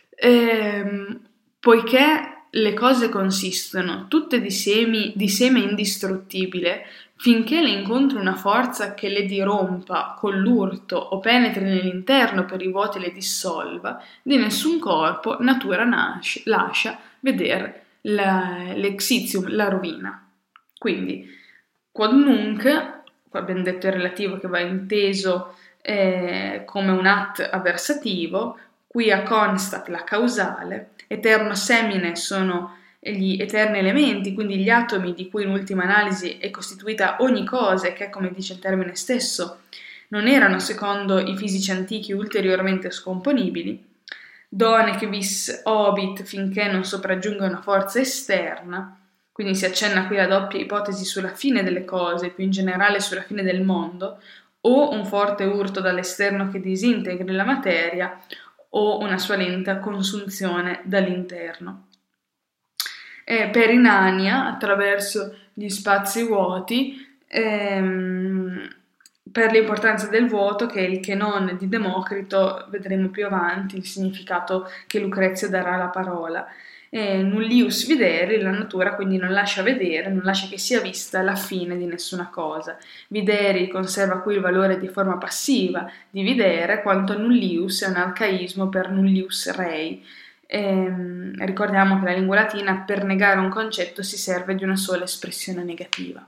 poiché le cose consistono tutte di seme indistruttibile, finché le incontri una forza che le dirompa con l'urto o penetri nell'interno per i vuoti e le dissolva, di nessun corpo natura lascia vedere l'exitium, la rovina. Quindi, quod nunc, qua abbiamo detto il relativo che va inteso come un at avversativo, quia constat la causale, eterno semine sono gli eterni elementi, quindi gli atomi di cui in ultima analisi è costituita ogni cosa e che, come dice il termine stesso, non erano, secondo i fisici antichi, ulteriormente scomponibili, donec vis obit finché non sopraggiunga una forza esterna, quindi si accenna qui la doppia ipotesi sulla fine delle cose, più in generale sulla fine del mondo, o un forte urto dall'esterno che disintegri la materia, o una sua lenta consunzione dall'interno. Per Inania, attraverso gli spazi vuoti, per l'importanza del vuoto, che è il Chenon di Democrito, vedremo più avanti il significato che Lucrezio darà alla parola. Nullius videre, la natura quindi non lascia vedere, non lascia che sia vista la fine di nessuna cosa. Videri conserva qui il valore di forma passiva di videre, quanto nullius è un arcaismo per nullius rei. Ricordiamo che la lingua latina per negare un concetto si serve di una sola espressione negativa.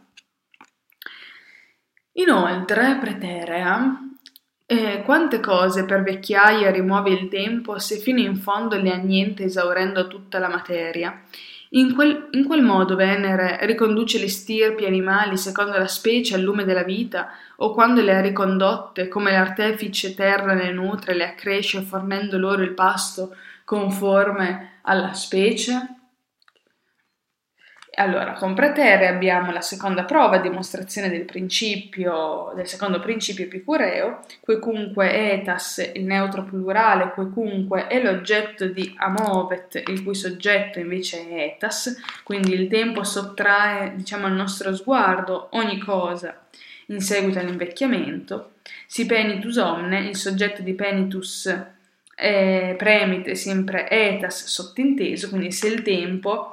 Inoltre, preterea, quante cose per vecchiaia rimuove il tempo se fino in fondo le anniente esaurendo tutta la materia? In quel modo Venere riconduce le stirpi animali secondo la specie al lume della vita, o quando le ha ricondotte, come l'artefice terra le nutre, le accresce fornendo loro il pasto conforme alla specie? Allora, con pretere abbiamo la seconda prova, dimostrazione del secondo principio epicureo, quecunque etas, il neutro plurale, quecunque è l'oggetto di amovet, il cui soggetto invece è etas, quindi il tempo sottrae, al nostro sguardo ogni cosa in seguito all'invecchiamento. Si penitus omne, il soggetto di penitus premit è sempre etas sottinteso, quindi se il tempo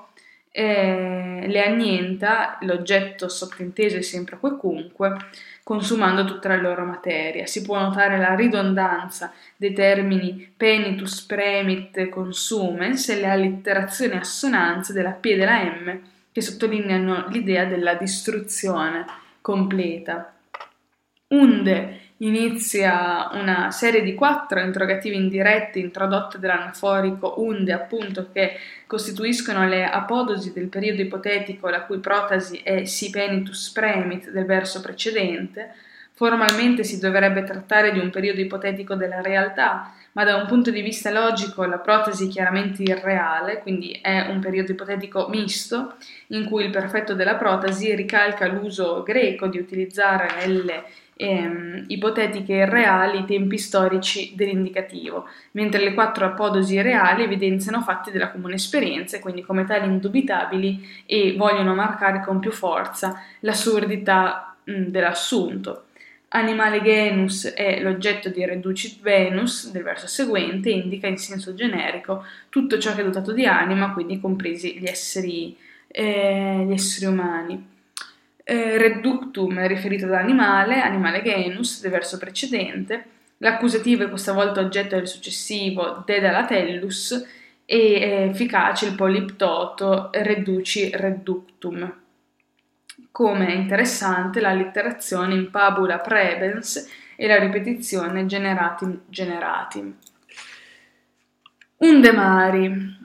le annienta, l'oggetto sottinteso è sempre quecunque, consumando tutta la loro materia. Si può notare la ridondanza dei termini penitus, premit, consumens e le allitterazioni e assonanze della P e della M che sottolineano l'idea della distruzione completa. Unde inizia una serie di 4 interrogativi indiretti introdotte dall'anaforico unde, appunto, che costituiscono le apodosi del periodo ipotetico la cui protasi è si penitus premit del verso precedente. Formalmente si dovrebbe trattare di un periodo ipotetico della realtà, ma da un punto di vista logico la protasi è chiaramente irreale, quindi è un periodo ipotetico misto, in cui il perfetto della protasi ricalca l'uso greco di utilizzare nelle ipotetiche irreali i tempi storici dell'indicativo, mentre le 4 apodosi reali evidenziano fatti della comune esperienza e quindi come tali indubitabili e vogliono marcare con più forza l'assurdità dell'assunto. Animale genus è l'oggetto di reducit Venus del verso seguente, indica in senso generico tutto ciò che è dotato di anima, quindi compresi gli esseri umani. Reductum è riferito ad animale genus del verso precedente, l'accusativo è questa volta oggetto del successivo dedalatellus e è efficace il poliptoto reduci reductum. Come è interessante l'allitterazione in pabula prebens e la ripetizione generatim. Unde mari.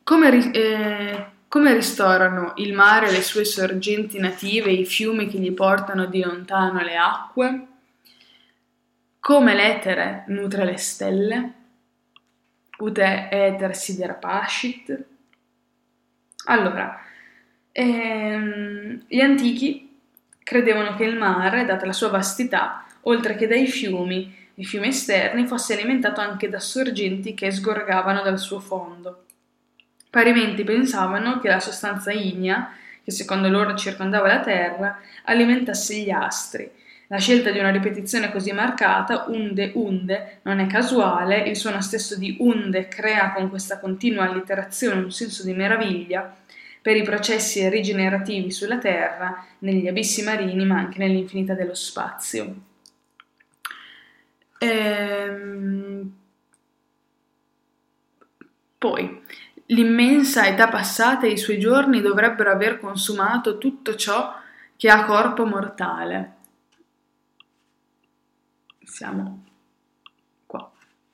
Come ristorano il mare le sue sorgenti native e i fiumi che gli portano di lontano le acque? come l'etere nutre le stelle, ute eter sidera pascit. Allora, gli antichi credevano che il mare, data la sua vastità, oltre che dai fiumi, i fiumi esterni, fosse alimentato anche da sorgenti che sgorgavano dal suo fondo. Parimenti pensavano che la sostanza ignea, che secondo loro circondava la Terra, alimentasse gli astri. La scelta di una ripetizione così marcata, unde, unde, non è casuale, il suono stesso di unde crea con questa continua allitterazione un senso di meraviglia per i processi rigenerativi sulla Terra, negli abissi marini, ma anche nell'infinità dello spazio. Poi, l'immensa età passata e i suoi giorni dovrebbero aver consumato tutto ciò che ha corpo mortale. Siamo qua.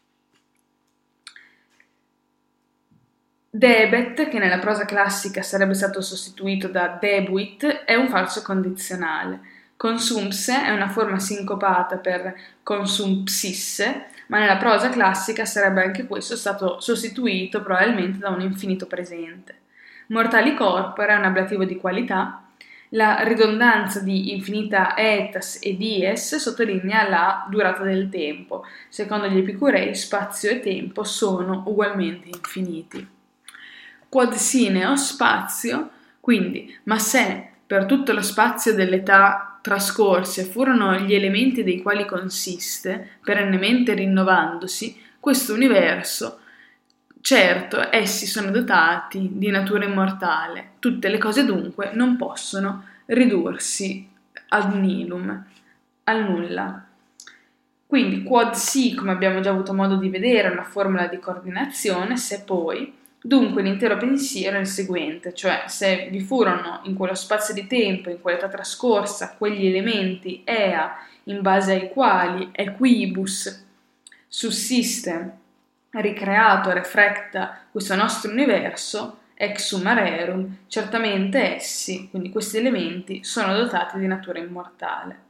Debet, che nella prosa classica sarebbe stato sostituito da debuit, è un falso condizionale. Consumpse è una forma sincopata per consumpsisse, ma nella prosa classica sarebbe anche questo stato sostituito probabilmente da un infinito presente. Mortali corpora è un ablativo di qualità. La ridondanza di infinita etas e dies sottolinea la durata del tempo. Secondo gli epicurei, spazio e tempo sono ugualmente infiniti. Quod sine o spazio, quindi, ma se per tutto lo spazio dell'età trascorse furono gli elementi dei quali consiste, perennemente rinnovandosi, questo universo, certo, essi sono dotati di natura immortale, tutte le cose dunque non possono ridursi ad nihilum, al nulla. Quindi quod si, come abbiamo già avuto modo di vedere, è una formula di coordinazione, se poi, dunque l'intero pensiero è il seguente, cioè se vi furono in quello spazio di tempo, in quell'età trascorsa, quegli elementi ea in base ai quali equibus sussiste, ricreato, refrecta questo nostro universo, ex summa rerum, certamente essi, quindi questi elementi, sono dotati di natura immortale.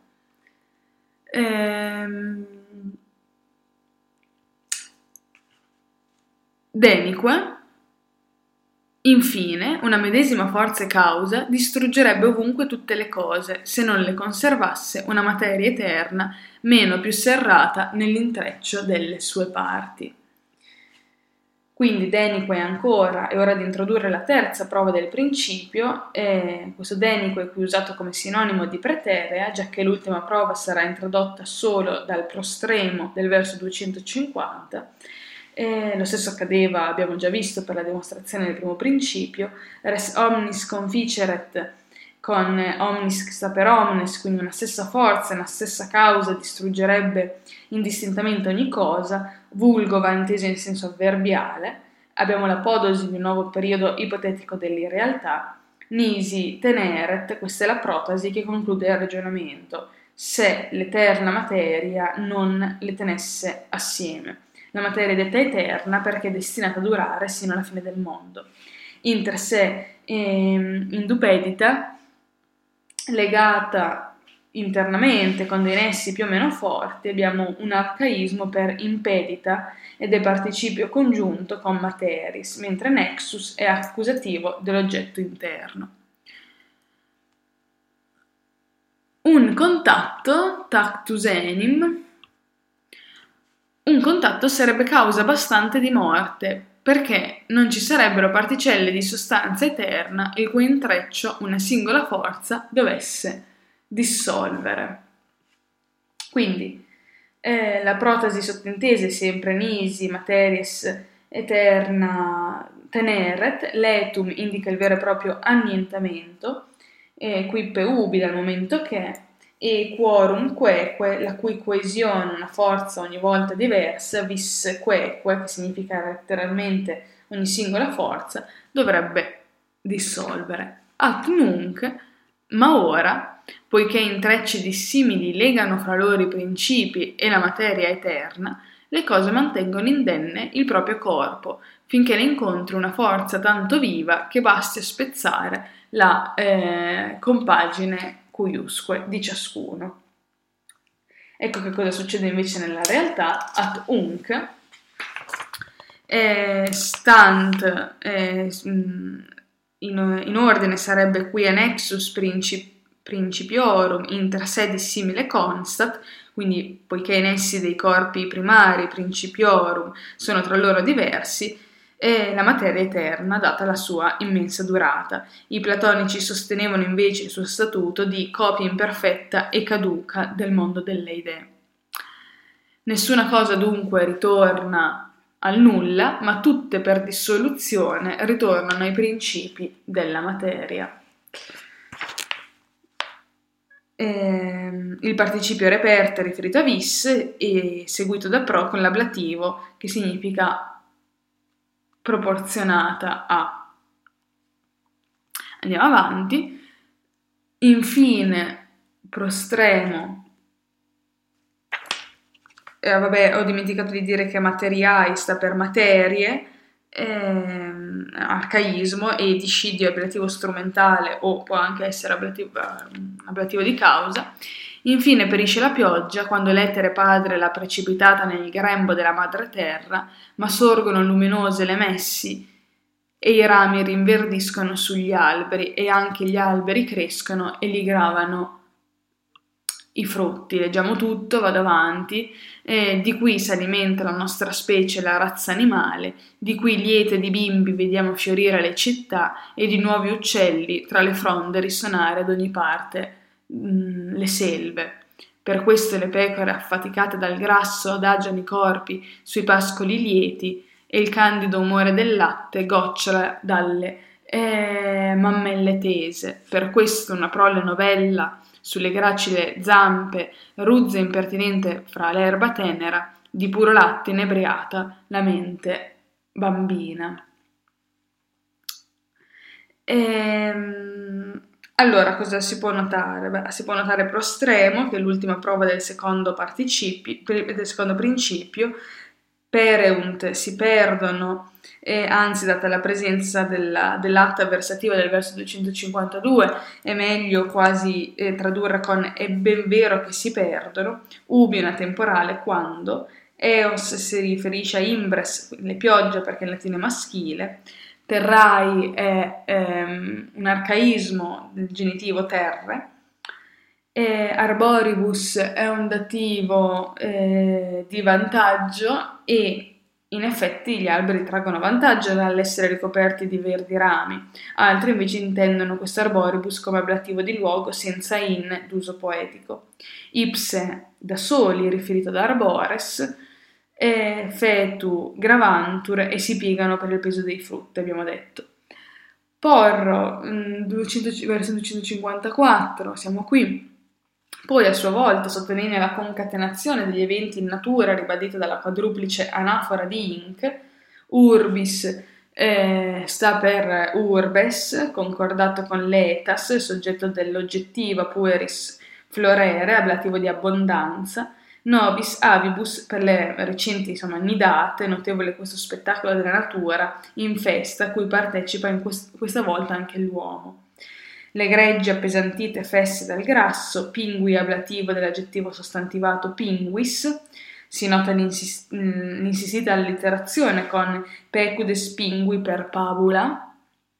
Denique, infine, una medesima forza e causa distruggerebbe ovunque tutte le cose, se non le conservasse una materia eterna, meno più serrata nell'intreccio delle sue parti. Quindi denique ancora, è ora di introdurre la terza prova del principio, e questo denique è qui usato come sinonimo di preterea, giacché l'ultima prova sarà introdotta solo dal prostremo del verso 250. Lo stesso accadeva, abbiamo già visto, per la dimostrazione del primo principio, res omnis conficeret con omnis che sta per omnes, quindi una stessa forza, una stessa causa distruggerebbe indistintamente ogni cosa, vulgo va inteso in senso avverbiale, abbiamo l'apodosi di un nuovo periodo ipotetico dell'irrealtà, nisi teneret, questa è la protasi che conclude il ragionamento, se l'eterna materia non le tenesse assieme. La materia è detta eterna perché è destinata a durare sino alla fine del mondo. Inter se indupedita, legata internamente con dei nessi più o meno forti, abbiamo un arcaismo per impedita ed è participio congiunto con materis, mentre nexus è accusativo dell'oggetto interno. Un contatto, tactus enim, un contatto sarebbe causa bastante di morte, perché non ci sarebbero particelle di sostanza eterna il cui intreccio una singola forza dovesse dissolvere. Quindi la protasi sottintesa è sempre nisi, materies eterna teneret, letum indica il vero e proprio annientamento, quippe ubi dal momento che, e quorum queque, la cui coesione, una forza ogni volta diversa, vis queque, che significa letteralmente ogni singola forza, dovrebbe dissolvere. At nunc, ma ora, poiché intrecci dissimili legano fra loro i principi e la materia eterna, le cose mantengono indenne il proprio corpo, finché ne incontri una forza tanto viva che basti a spezzare la compagine cuiusque di ciascuno. Ecco che cosa succede invece nella realtà. At unc stant in ordine sarebbe qui nexus principiorum inter sedis simile constat, quindi poiché in essi dei corpi primari principiorum sono tra loro diversi, è la materia eterna data la sua immensa durata. I platonici sostenevano invece il suo statuto di copia imperfetta e caduca del mondo delle idee. Nessuna cosa dunque ritorna al nulla, ma tutte per dissoluzione ritornano ai principi della materia. Il participio reperte riferito a vis è seguito da pro con l'ablativo che significa proporzionata a. Andiamo avanti. Infine, prostremo. Ho dimenticato di dire che materiai sta per materie, arcaismo, e discidio è ablativo strumentale o può anche essere ablativo di causa. Infine perisce la pioggia quando l'etere padre l'ha precipitata nel grembo della madre terra, ma sorgono luminose le messi e i rami rinverdiscono sugli alberi e anche gli alberi crescono e li gravano i frutti. Leggiamo tutto, vado avanti. Di qui si alimenta la nostra specie, la razza animale, di qui liete di bimbi vediamo fiorire le città e di nuovi uccelli tra le fronde risuonare ad ogni parte le selve. Per questo le pecore affaticate dal grasso adagiano i corpi sui pascoli lieti e il candido umore del latte gocciola dalle mammelle tese. Per questo una prole novella sulle gracile zampe, ruzza e impertinente fra l'erba tenera, di puro latte inebriata la mente bambina. Allora, cosa si può notare? Si può notare prostremo, che è l'ultima prova del secondo principio. Pereunt si perdono, anzi, data la presenza dell'atta avversativa del verso 252, è meglio quasi tradurre con è ben vero che si perdono. Ubi una temporale quando, eos si riferisce a imbres, le piogge perché in latino è maschile, terrai è un arcaismo del genitivo terre, arboribus è un dativo di vantaggio e in effetti gli alberi traggono vantaggio dall'essere ricoperti di verdi rami, altri invece intendono questo arboribus come ablativo di luogo senza in d'uso poetico. Ipse da soli riferito ad arbores, fetu gravantur e si piegano per il peso dei frutti, abbiamo detto. Porro, verso 254, siamo qui. Poi a sua volta sottolinea la concatenazione degli eventi in natura ribadita dalla quadruplice anafora di Inc. Urbis sta per urbes, concordato con letas, soggetto dell'oggettiva pueris florere, ablativo di abbondanza, nobis avibus per le recenti nidate, notevole questo spettacolo della natura in festa a cui partecipa questa volta anche l'uomo. Le greggi appesantite fesse dal grasso, pingui ablativo dell'aggettivo sostantivato pinguis, si nota l'insistita allitterazione con pecudes pingui per pabula.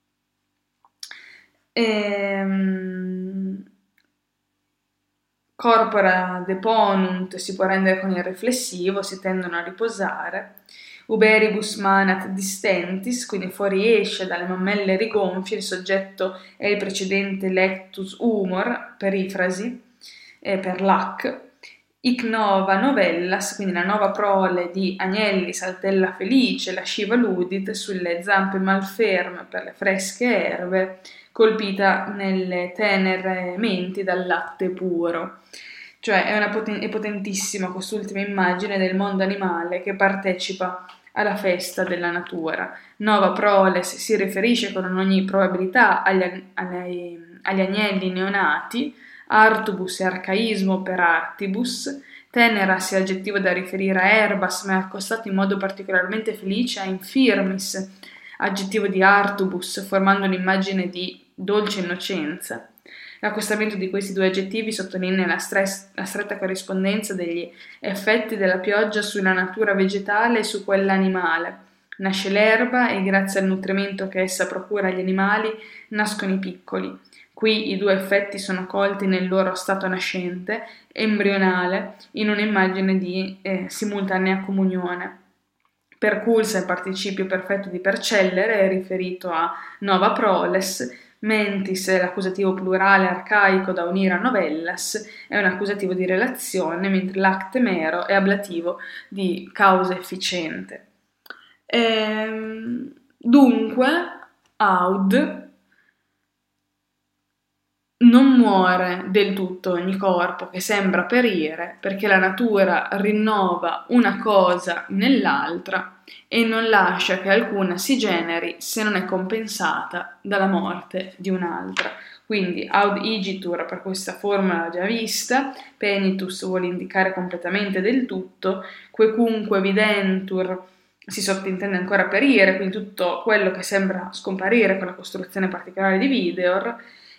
Corpora deponunt si può rendere con il riflessivo, si tendono a riposare. Uberibus manat distentis, quindi fuoriesce dalle mammelle rigonfie, il soggetto è il precedente lectus humor, perifrasi, per lac. Ic nova novellas, quindi la nuova prole di Agnelli, saltella felice, lasciva ludit, sulle zampe malferme per le fresche erbe, colpita nelle tenere menti dal latte puro. Cioè è potentissima quest'ultima immagine del mondo animale che partecipa alla festa della natura. Nova proles si riferisce con ogni probabilità agli agnelli neonati, artubus è arcaismo per artibus, teneras è aggettivo da riferire a erbas ma è accostato in modo particolarmente felice a infirmis, aggettivo di artubus, formando un'immagine di dolce innocenza. L'accostamento di questi due aggettivi sottolinea la stretta corrispondenza degli effetti della pioggia sulla natura vegetale e su quella animale. Nasce l'erba e grazie al nutrimento che essa procura agli animali nascono i piccoli. Qui i due effetti sono colti nel loro stato nascente, embrionale, in un'immagine di simultanea comunione. Perculsa è il participio perfetto di percellere, è riferito a nova proles. Mentis è l'accusativo plurale arcaico da unire a novellas, è un accusativo di relazione, mentre l'acte mero è ablativo di causa efficiente. Dunque, aud non muore del tutto ogni corpo che sembra perire, perché la natura rinnova una cosa nell'altra e non lascia che alcuna si generi se non è compensata dalla morte di un'altra. Quindi aud igitur per questa formula già vista, penitus vuole indicare completamente del tutto, quecunque videntur si sottintende ancora perire, quindi tutto quello che sembra scomparire con la costruzione particolare di videor,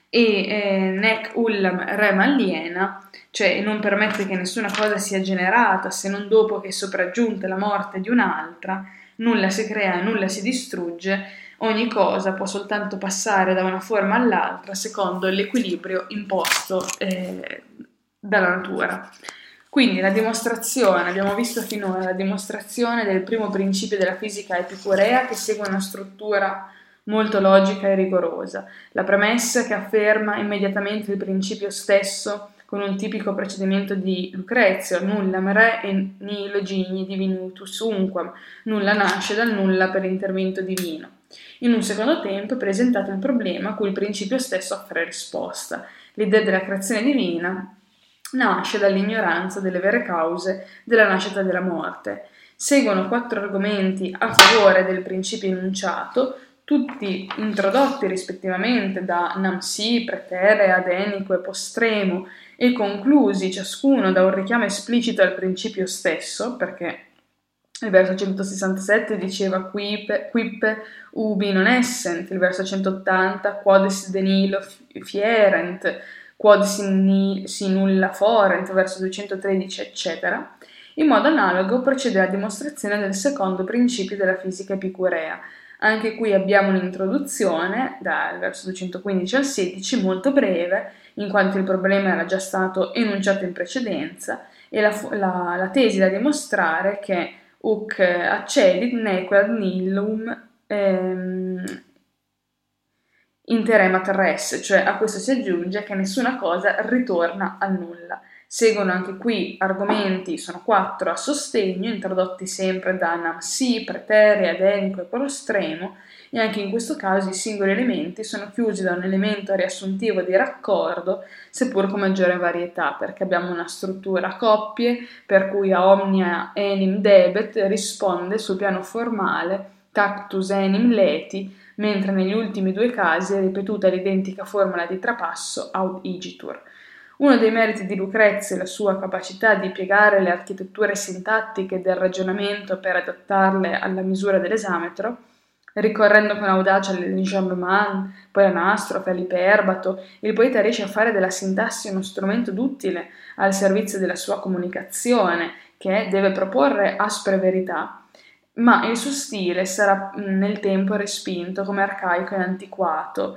e nec ullam rem aliena, cioè non permette che nessuna cosa sia generata se non dopo che è sopraggiunta la morte di un'altra, nulla si crea e nulla si distrugge, ogni cosa può soltanto passare da una forma all'altra secondo l'equilibrio imposto dalla natura. Quindi la dimostrazione, abbiamo visto finora la dimostrazione del primo principio della fisica epicurea che segue una struttura molto logica e rigorosa, la premessa che afferma immediatamente il principio stesso con un tipico procedimento di Lucrezio, nullam re e nihil gigni divinitus unquam, nulla nasce dal nulla per intervento divino. In un secondo tempo è presentato il problema a cui il principio stesso offre risposta. L'idea della creazione divina nasce dall'ignoranza delle vere cause della nascita e della morte. Seguono 4 argomenti a favore del principio enunciato, tutti introdotti rispettivamente da Namsi, Pretere, Adenico e Postremo e conclusi ciascuno da un richiamo esplicito al principio stesso, perché il verso 167 diceva quippe ubi non essent, il verso 180 quodes de nihilo fierent, quod si nulla forent, verso 213 eccetera. In modo analogo procede la dimostrazione del secondo principio della fisica epicurea. Anche qui abbiamo un'introduzione, dal verso 215 al 16, molto breve, in quanto il problema era già stato enunciato in precedenza, e la tesi da dimostrare che uc accedit neque ad nihilum interemat res, cioè a questo si aggiunge che nessuna cosa ritorna al nulla. Seguono anche qui argomenti, sono 4 a sostegno, introdotti sempre da Namsi, Pretere, Adenico e Postremo, e anche in questo caso i singoli elementi sono chiusi da un elemento riassuntivo di raccordo, seppur con maggiore varietà, perché abbiamo una struttura a coppie, per cui a omnia enim debet risponde sul piano formale tactus enim leti, mentre negli ultimi 2 casi è ripetuta l'identica formula di trapasso aud igitur. Uno dei meriti di Lucrezio è la sua capacità di piegare le architetture sintattiche del ragionamento per adattarle alla misura dell'esametro, ricorrendo con audacia all'enjambement, poi all'anastrofe, all'iperbato. Il poeta riesce a fare della sintassi uno strumento d'utile al servizio della sua comunicazione, che deve proporre aspre verità, ma il suo stile sarà nel tempo respinto come arcaico e antiquato,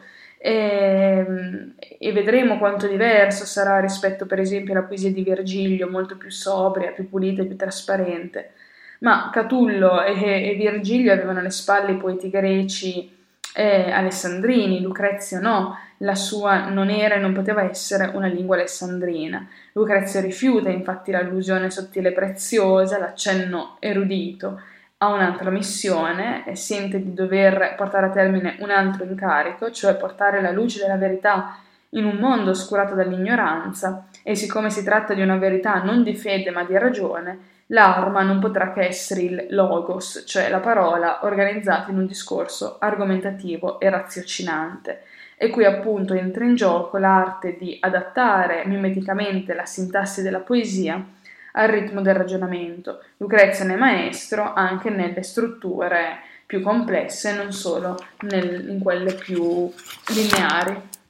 e vedremo quanto diverso sarà rispetto per esempio alla poesia di Virgilio, molto più sobria, più pulita e più trasparente. Ma Catullo e Virgilio avevano alle spalle i poeti greci alessandrini, Lucrezio no, la sua non era e non poteva essere una lingua alessandrina. Lucrezio rifiuta infatti l'allusione sottile e preziosa, l'accenno erudito, ha un'altra missione e sente di dover portare a termine un altro incarico, cioè portare la luce della verità in un mondo oscurato dall'ignoranza, e siccome si tratta di una verità non di fede ma di ragione, l'arma non potrà che essere il logos, cioè la parola organizzata in un discorso argomentativo e raziocinante. E qui appunto entra in gioco l'arte di adattare mimeticamente la sintassi della poesia al ritmo del ragionamento. Lucrezio ne è maestro anche nelle strutture più complesse, non solo in quelle più lineari.